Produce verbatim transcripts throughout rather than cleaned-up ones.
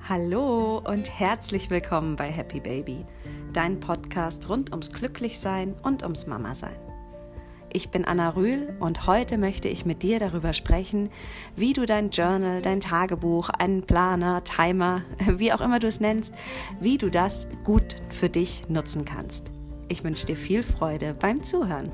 Hallo und herzlich willkommen bei Happy Baby, dein Podcast rund ums Glücklichsein und ums Mama-Sein. Ich bin Anna Rühl und heute möchte ich mit dir darüber sprechen, wie du dein Journal, dein Tagebuch, einen Planer, Timer, wie auch immer du es nennst, wie du das gut für dich nutzen kannst. Ich wünsche dir viel Freude beim Zuhören.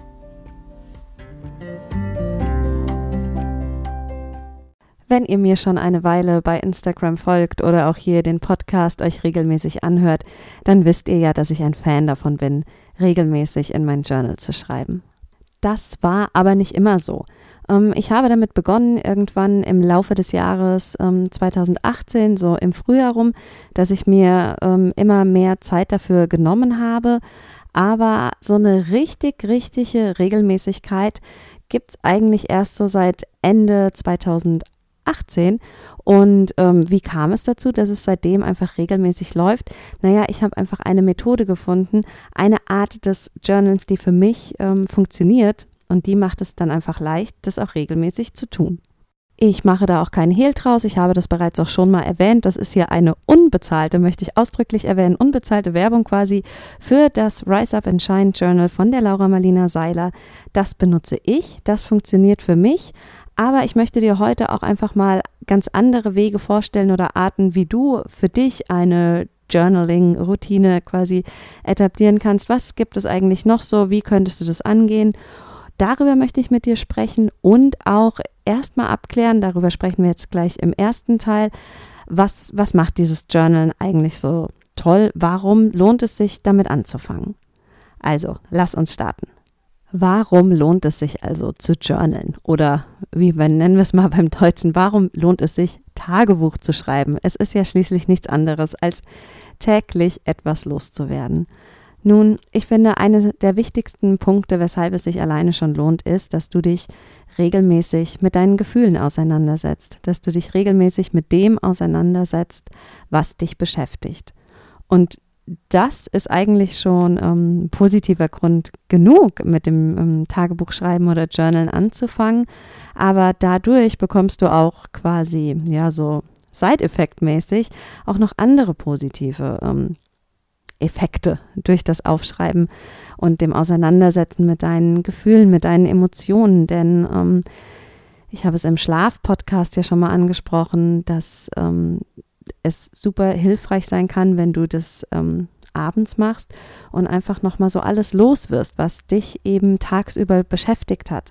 Wenn ihr mir schon eine Weile bei Instagram folgt oder auch hier den Podcast euch regelmäßig anhört, dann wisst ihr ja, dass ich ein Fan davon bin, regelmäßig in mein Journal zu schreiben. Das war aber nicht immer so. Ähm, ich habe damit begonnen, irgendwann im Laufe des Jahres ähm, zweitausendachtzehn, so im Frühjahr rum, dass ich mir ähm, immer mehr Zeit dafür genommen habe. Aber so eine richtig, richtige Regelmäßigkeit gibt es eigentlich erst so seit Ende zweitausendachtzehn. Und ähm, wie kam es dazu, dass es seitdem einfach regelmäßig läuft? Naja, ich habe einfach eine Methode gefunden, eine Art des Journals, die für mich ähm, funktioniert und die macht es dann einfach leicht, das auch regelmäßig zu tun. Ich mache da auch keinen Hehl draus, ich habe das bereits auch schon mal erwähnt, das ist hier eine unbezahlte, möchte ich ausdrücklich erwähnen, unbezahlte Werbung quasi für das Rise Up and Shine Journal von der Laura Marlina Seiler. Das benutze ich, das funktioniert für mich. Aber ich möchte dir heute auch einfach mal ganz andere Wege vorstellen oder Arten, wie du für dich eine Journaling-Routine quasi etablieren kannst. Was gibt es eigentlich noch so? Wie könntest du das angehen? Darüber möchte ich mit dir sprechen und auch erstmal abklären, darüber sprechen wir jetzt gleich im ersten Teil, was, was macht dieses Journalen eigentlich so toll? Warum lohnt es sich, damit anzufangen? Also, lass uns starten. Warum lohnt es sich also zu journalen? Oder wie nennen wir es mal beim Deutschen, warum lohnt es sich, Tagebuch zu schreiben? Es ist ja schließlich nichts anderes, als täglich etwas loszuwerden. Nun, ich finde, einer der wichtigsten Punkte, weshalb es sich alleine schon lohnt, ist, dass du dich regelmäßig mit deinen Gefühlen auseinandersetzt, dass du dich regelmäßig mit dem auseinandersetzt, was dich beschäftigt. Und das ist eigentlich schon ähm, positiver Grund genug, mit dem ähm, Tagebuchschreiben oder Journalen anzufangen. Aber dadurch bekommst du auch quasi, ja, so Side-Effekt-mäßig auch noch andere positive ähm, Effekte durch das Aufschreiben und dem Auseinandersetzen mit deinen Gefühlen, mit deinen Emotionen. Denn ähm, ich habe es im Schlaf-Podcast ja schon mal angesprochen, dass ähm, es super hilfreich sein kann, wenn du das ähm, abends machst und einfach nochmal so alles loswirst, was dich eben tagsüber beschäftigt hat.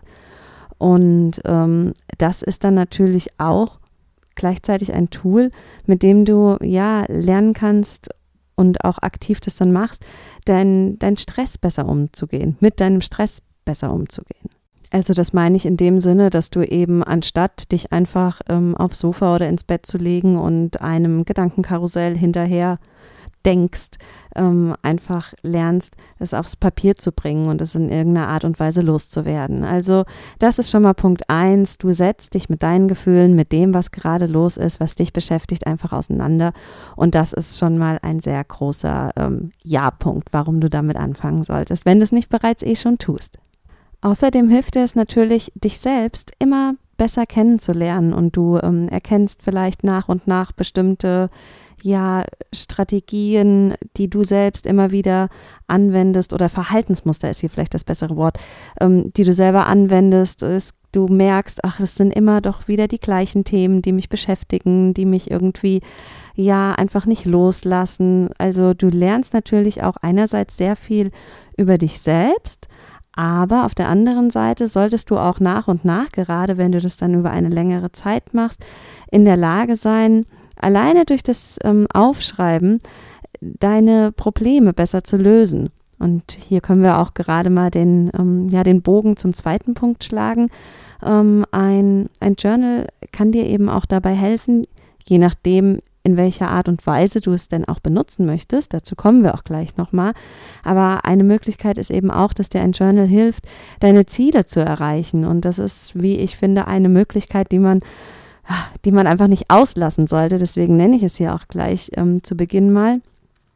Und ähm, das ist dann natürlich auch gleichzeitig ein Tool, mit dem du ja lernen kannst und auch aktiv das dann machst, dein, dein Stress besser umzugehen, mit deinem Stress besser umzugehen. Also das meine ich in dem Sinne, dass du eben anstatt dich einfach ähm, aufs Sofa oder ins Bett zu legen und einem Gedankenkarussell hinterher denkst, ähm, einfach lernst, es aufs Papier zu bringen und es in irgendeiner Art und Weise loszuwerden. Also das ist schon mal Punkt eins. Du setzt dich mit deinen Gefühlen, mit dem, was gerade los ist, was dich beschäftigt, einfach auseinander. Und das ist schon mal ein sehr großer ähm, Ja-Punkt, warum du damit anfangen solltest, wenn du es nicht bereits eh schon tust. Außerdem hilft dir es natürlich, dich selbst immer besser kennenzulernen und du ähm, erkennst vielleicht nach und nach bestimmte ja, Strategien, die du selbst immer wieder anwendest oder Verhaltensmuster ist hier vielleicht das bessere Wort, ähm, die du selber anwendest. Es, du merkst, ach, es sind immer doch wieder die gleichen Themen, die mich beschäftigen, die mich irgendwie ja einfach nicht loslassen. Also du lernst natürlich auch einerseits sehr viel über dich selbst, aber auf der anderen Seite solltest du auch nach und nach, gerade wenn du das dann über eine längere Zeit machst, in der Lage sein, alleine durch das ähm, Aufschreiben deine Probleme besser zu lösen. Und hier können wir auch gerade mal den, ähm, ja, den Bogen zum zweiten Punkt schlagen. Ähm, ein, ein Journal kann dir eben auch dabei helfen, je nachdem, in welcher Art und Weise du es denn auch benutzen möchtest. Dazu kommen wir auch gleich nochmal. Aber eine Möglichkeit ist eben auch, dass dir ein Journal hilft, deine Ziele zu erreichen. Und das ist, wie ich finde, eine Möglichkeit, die man, die man einfach nicht auslassen sollte. Deswegen nenne ich es hier auch gleich ähm, zu Beginn mal.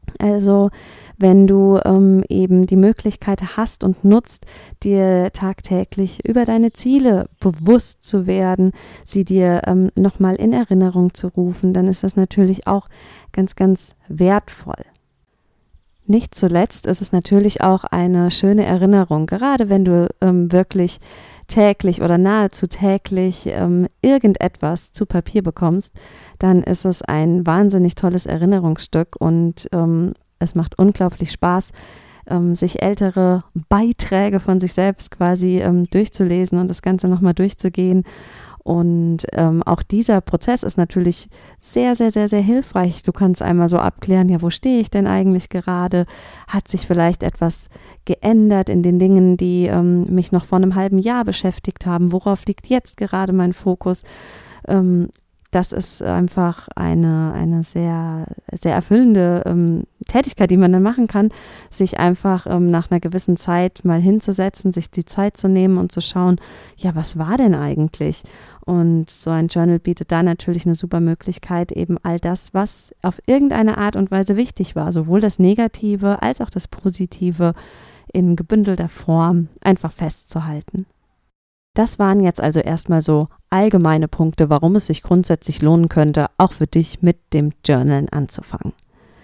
Also wenn du ähm, eben die Möglichkeit hast und nutzt, dir tagtäglich über deine Ziele bewusst zu werden, sie dir ähm, nochmal in Erinnerung zu rufen, dann ist das natürlich auch ganz, ganz wertvoll. Nicht zuletzt ist es natürlich auch eine schöne Erinnerung, gerade wenn du ähm, wirklich täglich oder nahezu täglich ähm, irgendetwas zu Papier bekommst, dann ist es ein wahnsinnig tolles Erinnerungsstück und ähm, es macht unglaublich Spaß, ähm, sich ältere Beiträge von sich selbst quasi ähm, durchzulesen und das Ganze nochmal durchzugehen. Und ähm, auch dieser Prozess ist natürlich sehr, sehr, sehr, sehr hilfreich. Du kannst einmal so abklären, ja, wo stehe ich denn eigentlich gerade? Hat sich vielleicht etwas geändert in den Dingen, die ähm, mich noch vor einem halben Jahr beschäftigt haben? Worauf liegt jetzt gerade mein Fokus? Ähm, das ist einfach eine, eine sehr, sehr erfüllende ähm, Tätigkeit, die man dann machen kann, sich einfach ähm, nach einer gewissen Zeit mal hinzusetzen, sich die Zeit zu nehmen und zu schauen, ja, was war denn eigentlich? Und so ein Journal bietet da natürlich eine super Möglichkeit, eben all das, was auf irgendeine Art und Weise wichtig war, sowohl das Negative als auch das Positive in gebündelter Form einfach festzuhalten. Das waren jetzt also erstmal so allgemeine Punkte, warum es sich grundsätzlich lohnen könnte, auch für dich mit dem Journalen anzufangen.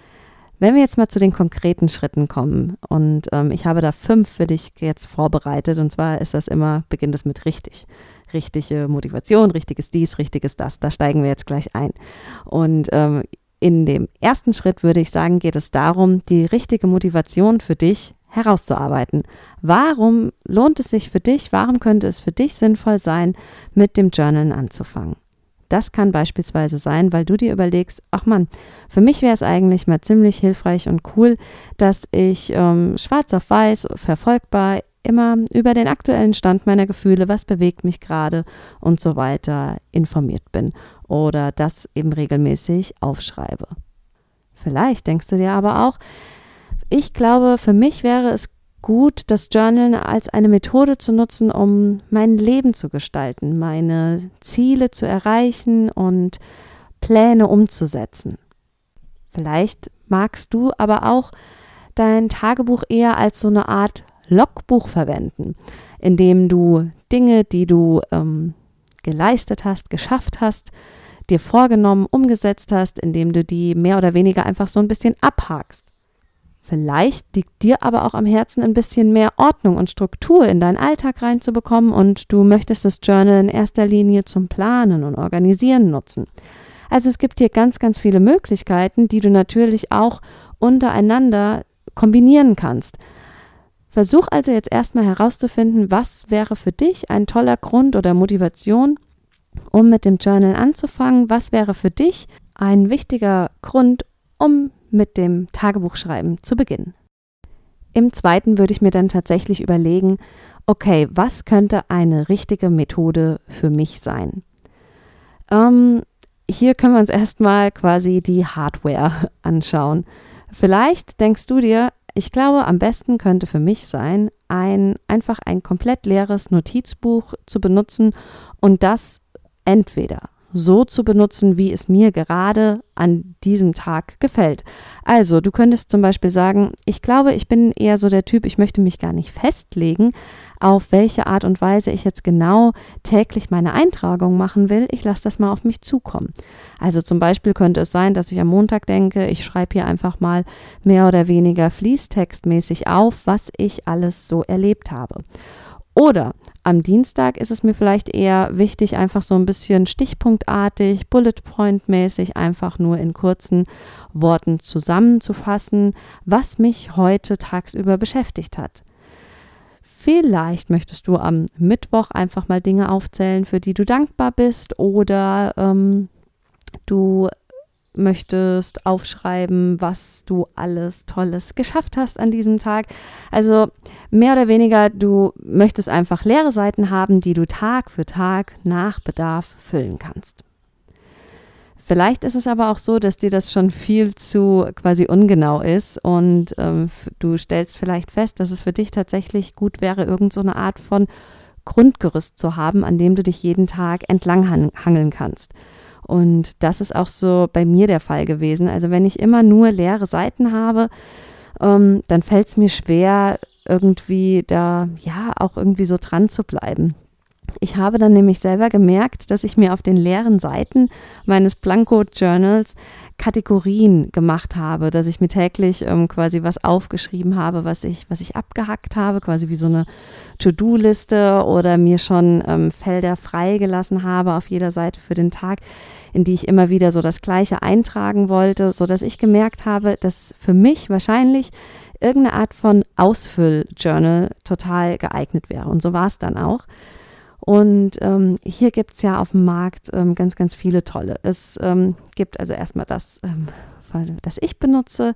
Wenn wir jetzt mal zu den konkreten Schritten kommen und ähm, ich habe da fünf für dich jetzt vorbereitet und zwar ist das immer, beginnt es mit richtig. Richtige Motivation, richtiges dies, richtiges das, da steigen wir jetzt gleich ein. Und ähm, in dem ersten Schritt würde ich sagen, geht es darum, die richtige Motivation für dich herauszuarbeiten. Warum lohnt es sich für dich, warum könnte es für dich sinnvoll sein, mit dem Journalen anzufangen? Das kann beispielsweise sein, weil du dir überlegst, ach Mann, für mich wäre es eigentlich mal ziemlich hilfreich und cool, dass ich ähm, schwarz auf weiß verfolgbar immer über den aktuellen Stand meiner Gefühle, was bewegt mich gerade und so weiter informiert bin oder das eben regelmäßig aufschreibe. Vielleicht denkst du dir aber auch, ich glaube, für mich wäre es gut, das Journalen als eine Methode zu nutzen, um mein Leben zu gestalten, meine Ziele zu erreichen und Pläne umzusetzen. Vielleicht magst du aber auch dein Tagebuch eher als so eine Art Logbuch verwenden, in dem du Dinge, die du ähm, geleistet hast, geschafft hast, dir vorgenommen, umgesetzt hast, indem du die mehr oder weniger einfach so ein bisschen abhakst. Vielleicht liegt dir aber auch am Herzen, ein bisschen mehr Ordnung und Struktur in deinen Alltag reinzubekommen und du möchtest das Journal in erster Linie zum Planen und Organisieren nutzen. Also es gibt hier ganz, ganz viele Möglichkeiten, die du natürlich auch untereinander kombinieren kannst. Versuch also jetzt erstmal herauszufinden, was wäre für dich ein toller Grund oder Motivation, um mit dem Journal anzufangen. Was wäre für dich ein wichtiger Grund, um mit dem Tagebuchschreiben zu beginnen. Im zweiten würde ich mir dann tatsächlich überlegen, okay, was könnte eine richtige Methode für mich sein? Ähm, hier können wir uns erstmal quasi die Hardware anschauen. Vielleicht denkst du dir, ich glaube, am besten könnte für mich sein, ein, einfach ein komplett leeres Notizbuch zu benutzen und das entweder so zu benutzen, wie es mir gerade an diesem Tag gefällt. Also, du könntest zum Beispiel sagen, ich glaube, ich bin eher so der Typ, ich möchte mich gar nicht festlegen, auf welche Art und Weise ich jetzt genau täglich meine Eintragung machen will. Ich lasse das mal auf mich zukommen. Also zum Beispiel könnte es sein, dass ich am Montag denke, ich schreibe hier einfach mal mehr oder weniger fließtextmäßig auf, was ich alles so erlebt habe. Oder am Dienstag ist es mir vielleicht eher wichtig, einfach so ein bisschen stichpunktartig, Bullet-Point-mäßig, einfach nur in kurzen Worten zusammenzufassen, was mich heute tagsüber beschäftigt hat. Vielleicht möchtest du am Mittwoch einfach mal Dinge aufzählen, für die du dankbar bist, oder ähm, du möchtest aufschreiben, was du alles Tolles geschafft hast an diesem Tag. Also mehr oder weniger, du möchtest einfach leere Seiten haben, die du Tag für Tag nach Bedarf füllen kannst. Vielleicht ist es aber auch so, dass dir das schon viel zu quasi ungenau ist und ähm, du stellst vielleicht fest, dass es für dich tatsächlich gut wäre, irgend so eine Art von Grundgerüst zu haben, an dem du dich jeden Tag entlang hangeln kannst. Und das ist auch so bei mir der Fall gewesen. Also wenn ich immer nur leere Seiten habe, ähm, dann fällt es mir schwer, irgendwie da, ja, auch irgendwie so dran zu bleiben. Ich habe dann nämlich selber gemerkt, dass ich mir auf den leeren Seiten meines Blanko-Journals Kategorien gemacht habe, dass ich mir täglich ähm, quasi was aufgeschrieben habe, was ich, was ich abgehackt habe, quasi wie so eine To-Do-Liste oder mir schon ähm, Felder freigelassen habe auf jeder Seite für den Tag, in die ich immer wieder so das Gleiche eintragen wollte, sodass ich gemerkt habe, dass für mich wahrscheinlich irgendeine Art von Ausfüll-Journal total geeignet wäre. Und so war es dann auch. Und ähm, hier gibt es ja auf dem Markt ähm, ganz, ganz viele tolle. Es ähm, gibt also erstmal das, ähm, das ich benutze.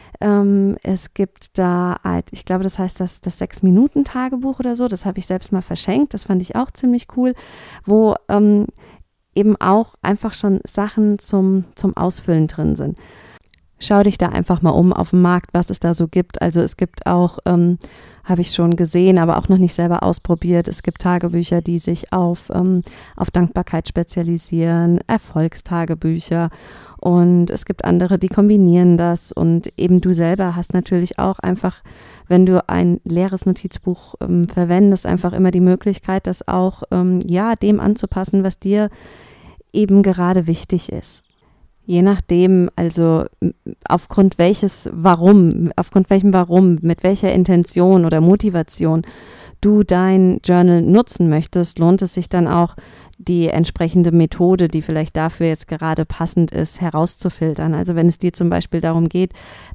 Ähm, es gibt da, halt, ich glaube, das heißt das, das Sechs-Minuten-Tagebuch oder so. Das habe ich selbst mal verschenkt. Das fand ich auch ziemlich cool, wo ähm, eben auch einfach schon Sachen zum, zum Ausfüllen drin sind. Schau dich da einfach mal um auf dem Markt, was es da so gibt. Also es gibt auch, ähm, habe ich schon gesehen, aber auch noch nicht selber ausprobiert. Es gibt Tagebücher, die sich auf, ähm, auf Dankbarkeit spezialisieren, Erfolgstagebücher, und es gibt andere, die kombinieren das, und eben du selber hast natürlich auch einfach, wenn du ein leeres Notizbuch ähm, verwendest, einfach immer die Möglichkeit, das auch ähm, ja, dem anzupassen, was dir eben gerade wichtig ist. Je nachdem, also aufgrund welches Warum, aufgrund welchem Warum, mit welcher Intention oder Motivation du dein Journal nutzen möchtest, lohnt es sich dann auch, die entsprechende Methode, die vielleicht dafür jetzt gerade passend ist, herauszufiltern. Also wenn es dir zum Beispiel darum geht,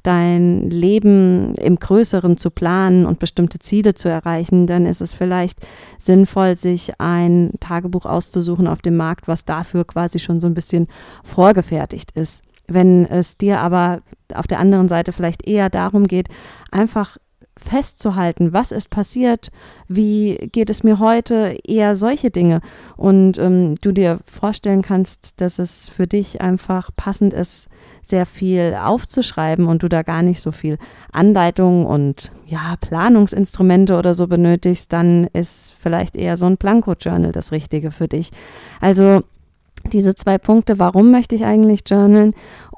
dein Leben im Größeren zu planen und bestimmte Ziele zu erreichen, dann ist es vielleicht sinnvoll, sich ein Tagebuch auszusuchen auf dem Markt, was dafür quasi schon so ein bisschen vorgefertigt ist. Wenn es dir aber auf der anderen Seite vielleicht eher darum geht, einfach festzuhalten, was ist passiert, wie geht es mir heute, eher solche Dinge, und ähm, du dir vorstellen kannst, dass es für dich einfach passend ist, sehr viel aufzuschreiben und du da gar nicht so viel Anleitung und ja, Planungsinstrumente oder so benötigst, dann ist vielleicht eher so ein Blanko-Journal das Richtige für dich. Also diese zwei Punkte, warum möchte ich eigentlich journalen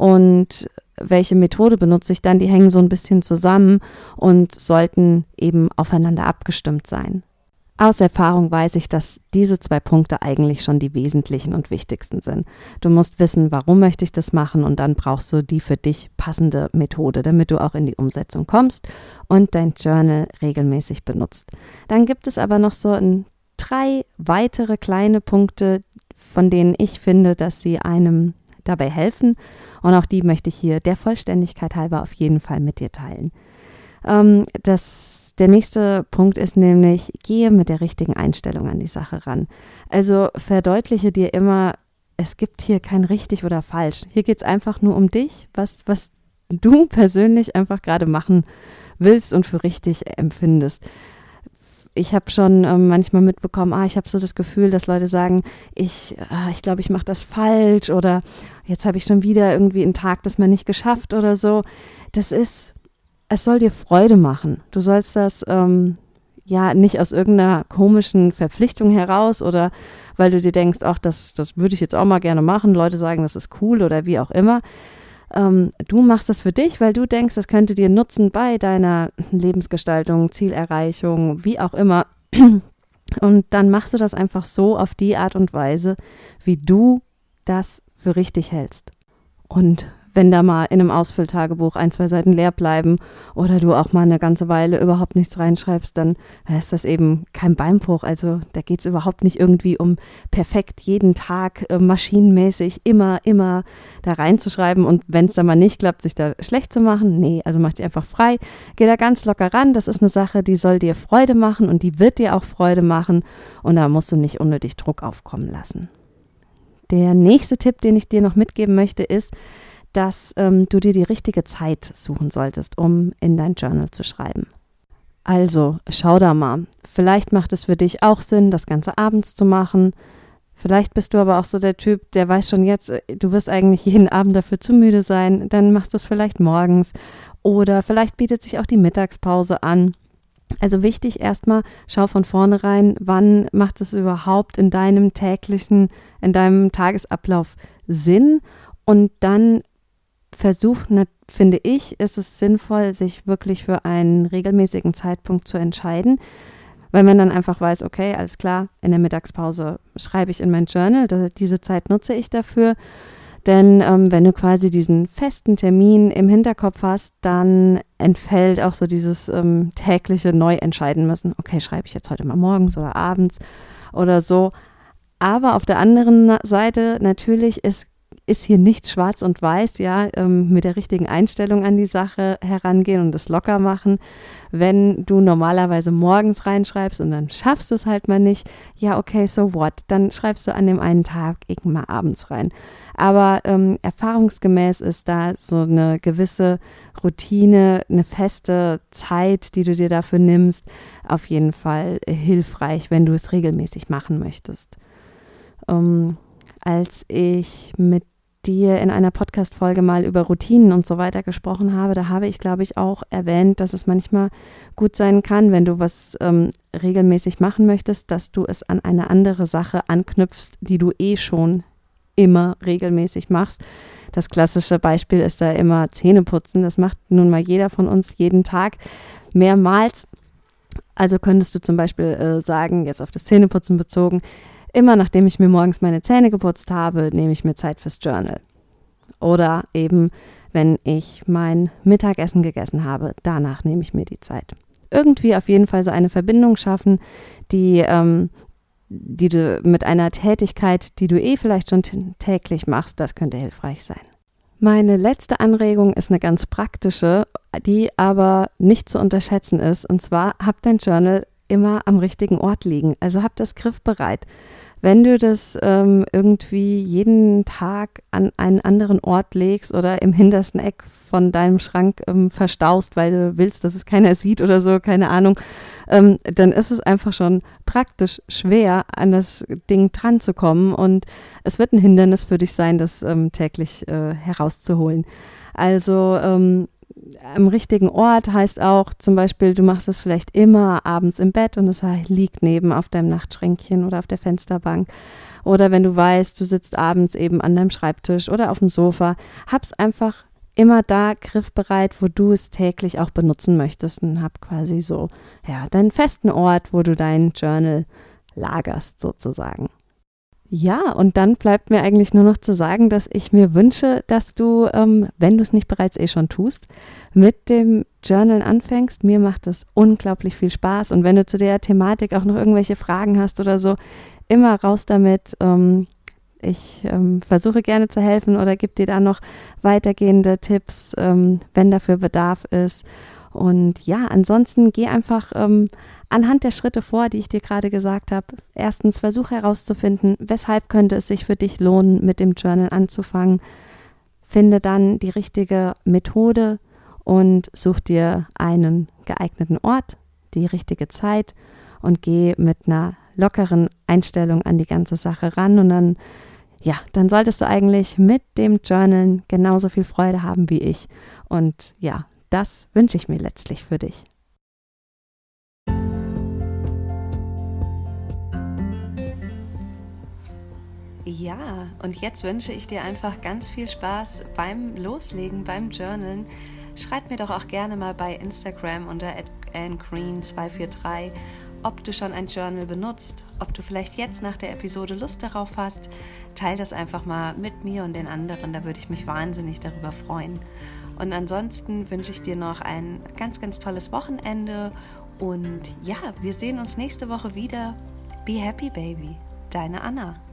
und welche Methode benutze ich dann, die hängen so ein bisschen zusammen und sollten eben aufeinander abgestimmt sein. Aus Erfahrung weiß ich, dass diese zwei Punkte eigentlich schon die wesentlichen und wichtigsten sind. Du musst wissen, warum möchte ich das machen, und dann brauchst du die für dich passende Methode, damit du auch in die Umsetzung kommst und dein Journal regelmäßig benutzt. Dann gibt es aber noch so ein, drei weitere kleine Punkte, von denen ich finde, dass sie einem dabei helfen, und auch die möchte ich hier der Vollständigkeit halber auf jeden Fall mit dir teilen. Ähm, das, der nächste Punkt ist nämlich, gehe mit der richtigen Einstellung an die Sache ran. Also verdeutliche dir immer, es gibt hier kein richtig oder falsch. Hier geht es einfach nur um dich, was, was du persönlich einfach gerade machen willst und für richtig empfindest. Ich habe schon ähm, manchmal mitbekommen, ah, ich habe so das Gefühl, dass Leute sagen, ich ah, ich glaube, ich mache das falsch, oder jetzt habe ich schon wieder irgendwie einen Tag das mal nicht geschafft oder so. Das ist, es soll dir Freude machen. Du sollst das ähm, ja nicht aus irgendeiner komischen Verpflichtung heraus oder weil du dir denkst, ach, das, das würde ich jetzt auch mal gerne machen, Leute sagen, das ist cool oder wie auch immer. Ähm, du machst das für dich, weil du denkst, das könnte dir nutzen bei deiner Lebensgestaltung, Zielerreichung, wie auch immer. Und dann machst du das einfach so auf die Art und Weise, wie du das für richtig hältst. Und wenn da mal in einem Ausfülltagebuch ein, zwei Seiten leer bleiben oder du auch mal eine ganze Weile überhaupt nichts reinschreibst, dann ist das eben kein Beinbruch. Also da geht es überhaupt nicht irgendwie um perfekt jeden Tag äh, maschinenmäßig immer, immer da reinzuschreiben und wenn es dann mal nicht klappt, sich da schlecht zu machen. Nee, also mach dich einfach frei. Geh da ganz locker ran. Das ist eine Sache, die soll dir Freude machen und die wird dir auch Freude machen und da musst du nicht unnötig Druck aufkommen lassen. Der nächste Tipp, den ich dir noch mitgeben möchte, ist, dass ähm, du dir die richtige Zeit suchen solltest, um in dein Journal zu schreiben. Also, schau da mal. Vielleicht macht es für dich auch Sinn, das Ganze abends zu machen. Vielleicht bist du aber auch so der Typ, der weiß schon jetzt, du wirst eigentlich jeden Abend dafür zu müde sein. Dann machst du es vielleicht morgens. Oder vielleicht bietet sich auch die Mittagspause an. Also wichtig erstmal, schau von vornherein, wann macht es überhaupt in deinem täglichen, in deinem Tagesablauf Sinn und dann versucht, finde ich, ist es sinnvoll, sich wirklich für einen regelmäßigen Zeitpunkt zu entscheiden, weil man dann einfach weiß, okay, alles klar, in der Mittagspause schreibe ich in mein Journal, da, diese Zeit nutze ich dafür. Denn ähm, wenn du quasi diesen festen Termin im Hinterkopf hast, dann entfällt auch so dieses ähm, tägliche neu entscheiden müssen. Okay, schreibe ich jetzt heute mal morgens oder abends oder so. Aber auf der anderen Seite natürlich ist, ist hier nicht schwarz und weiß, ja, ähm, mit der richtigen Einstellung an die Sache herangehen und es locker machen. Wenn du normalerweise morgens reinschreibst und dann schaffst du es halt mal nicht, ja, okay, so what? Dann schreibst du an dem einen Tag eben mal abends rein. Aber ähm, erfahrungsgemäß ist da so eine gewisse Routine, eine feste Zeit, die du dir dafür nimmst, auf jeden Fall hilfreich, wenn du es regelmäßig machen möchtest. Ähm, als ich mit dir in einer Podcast-Folge mal über Routinen und so weiter gesprochen habe, da habe ich, glaube ich, auch erwähnt, dass es manchmal gut sein kann, wenn du was ähm, regelmäßig machen möchtest, dass du es an eine andere Sache anknüpfst, die du eh schon immer regelmäßig machst. Das klassische Beispiel ist da immer Zähneputzen. Das macht nun mal jeder von uns jeden Tag mehrmals. Also könntest du zum Beispiel äh, sagen, jetzt auf das Zähneputzen bezogen, immer nachdem ich mir morgens meine Zähne geputzt habe, nehme ich mir Zeit fürs Journal. Oder eben, wenn ich mein Mittagessen gegessen habe, danach nehme ich mir die Zeit. Irgendwie auf jeden Fall so eine Verbindung schaffen, die, ähm, die du mit einer Tätigkeit, die du eh vielleicht schon t- täglich machst, das könnte hilfreich sein. Meine letzte Anregung ist eine ganz praktische, die aber nicht zu unterschätzen ist. Und zwar, hab dein Journal immer am richtigen Ort liegen. Also hab das griffbereit. Wenn du das ähm, irgendwie jeden Tag an einen anderen Ort legst oder im hintersten Eck von deinem Schrank ähm, verstaust, weil du willst, dass es keiner sieht oder so, keine Ahnung, ähm, dann ist es einfach schon praktisch schwer, an das Ding dran zu kommen und es wird ein Hindernis für dich sein, das ähm, täglich äh, herauszuholen. Also ähm, am richtigen Ort heißt auch zum Beispiel, du machst es vielleicht immer abends im Bett und es liegt neben auf deinem Nachtschränkchen oder auf der Fensterbank. Oder wenn du weißt, du sitzt abends eben an deinem Schreibtisch oder auf dem Sofa, hab's einfach immer da griffbereit, wo du es täglich auch benutzen möchtest und hab quasi so, ja, deinen festen Ort, wo du dein Journal lagerst sozusagen. Ja, und dann bleibt mir eigentlich nur noch zu sagen, dass ich mir wünsche, dass du, ähm, wenn du es nicht bereits eh schon tust, mit dem Journal anfängst. Mir macht das unglaublich viel Spaß und wenn du zu der Thematik auch noch irgendwelche Fragen hast oder so, immer raus damit. Ähm, ich ähm, versuche gerne zu helfen oder gebe dir da noch weitergehende Tipps, ähm, wenn dafür Bedarf ist. Und ja, ansonsten geh einfach ähm, anhand der Schritte vor, die ich dir gerade gesagt habe. Erstens, versuch herauszufinden, weshalb könnte es sich für dich lohnen, mit dem Journal anzufangen. Finde dann die richtige Methode und such dir einen geeigneten Ort, die richtige Zeit und geh mit einer lockeren Einstellung an die ganze Sache ran. Und dann, ja, dann solltest du eigentlich mit dem Journalen genauso viel Freude haben wie ich. Und ja, das wünsche ich mir letztlich für dich. Ja, und jetzt wünsche ich dir einfach ganz viel Spaß beim Loslegen, beim Journalen. Schreib mir doch auch gerne mal bei Instagram unter at anne green zwei vier drei, ob du schon ein Journal benutzt, ob du vielleicht jetzt nach der Episode Lust darauf hast. Teil das einfach mal mit mir und den anderen, da würde ich mich wahnsinnig darüber freuen. Und ansonsten wünsche ich dir noch ein ganz, ganz tolles Wochenende und ja, wir sehen uns nächste Woche wieder. Be happy, baby. Deine Anna.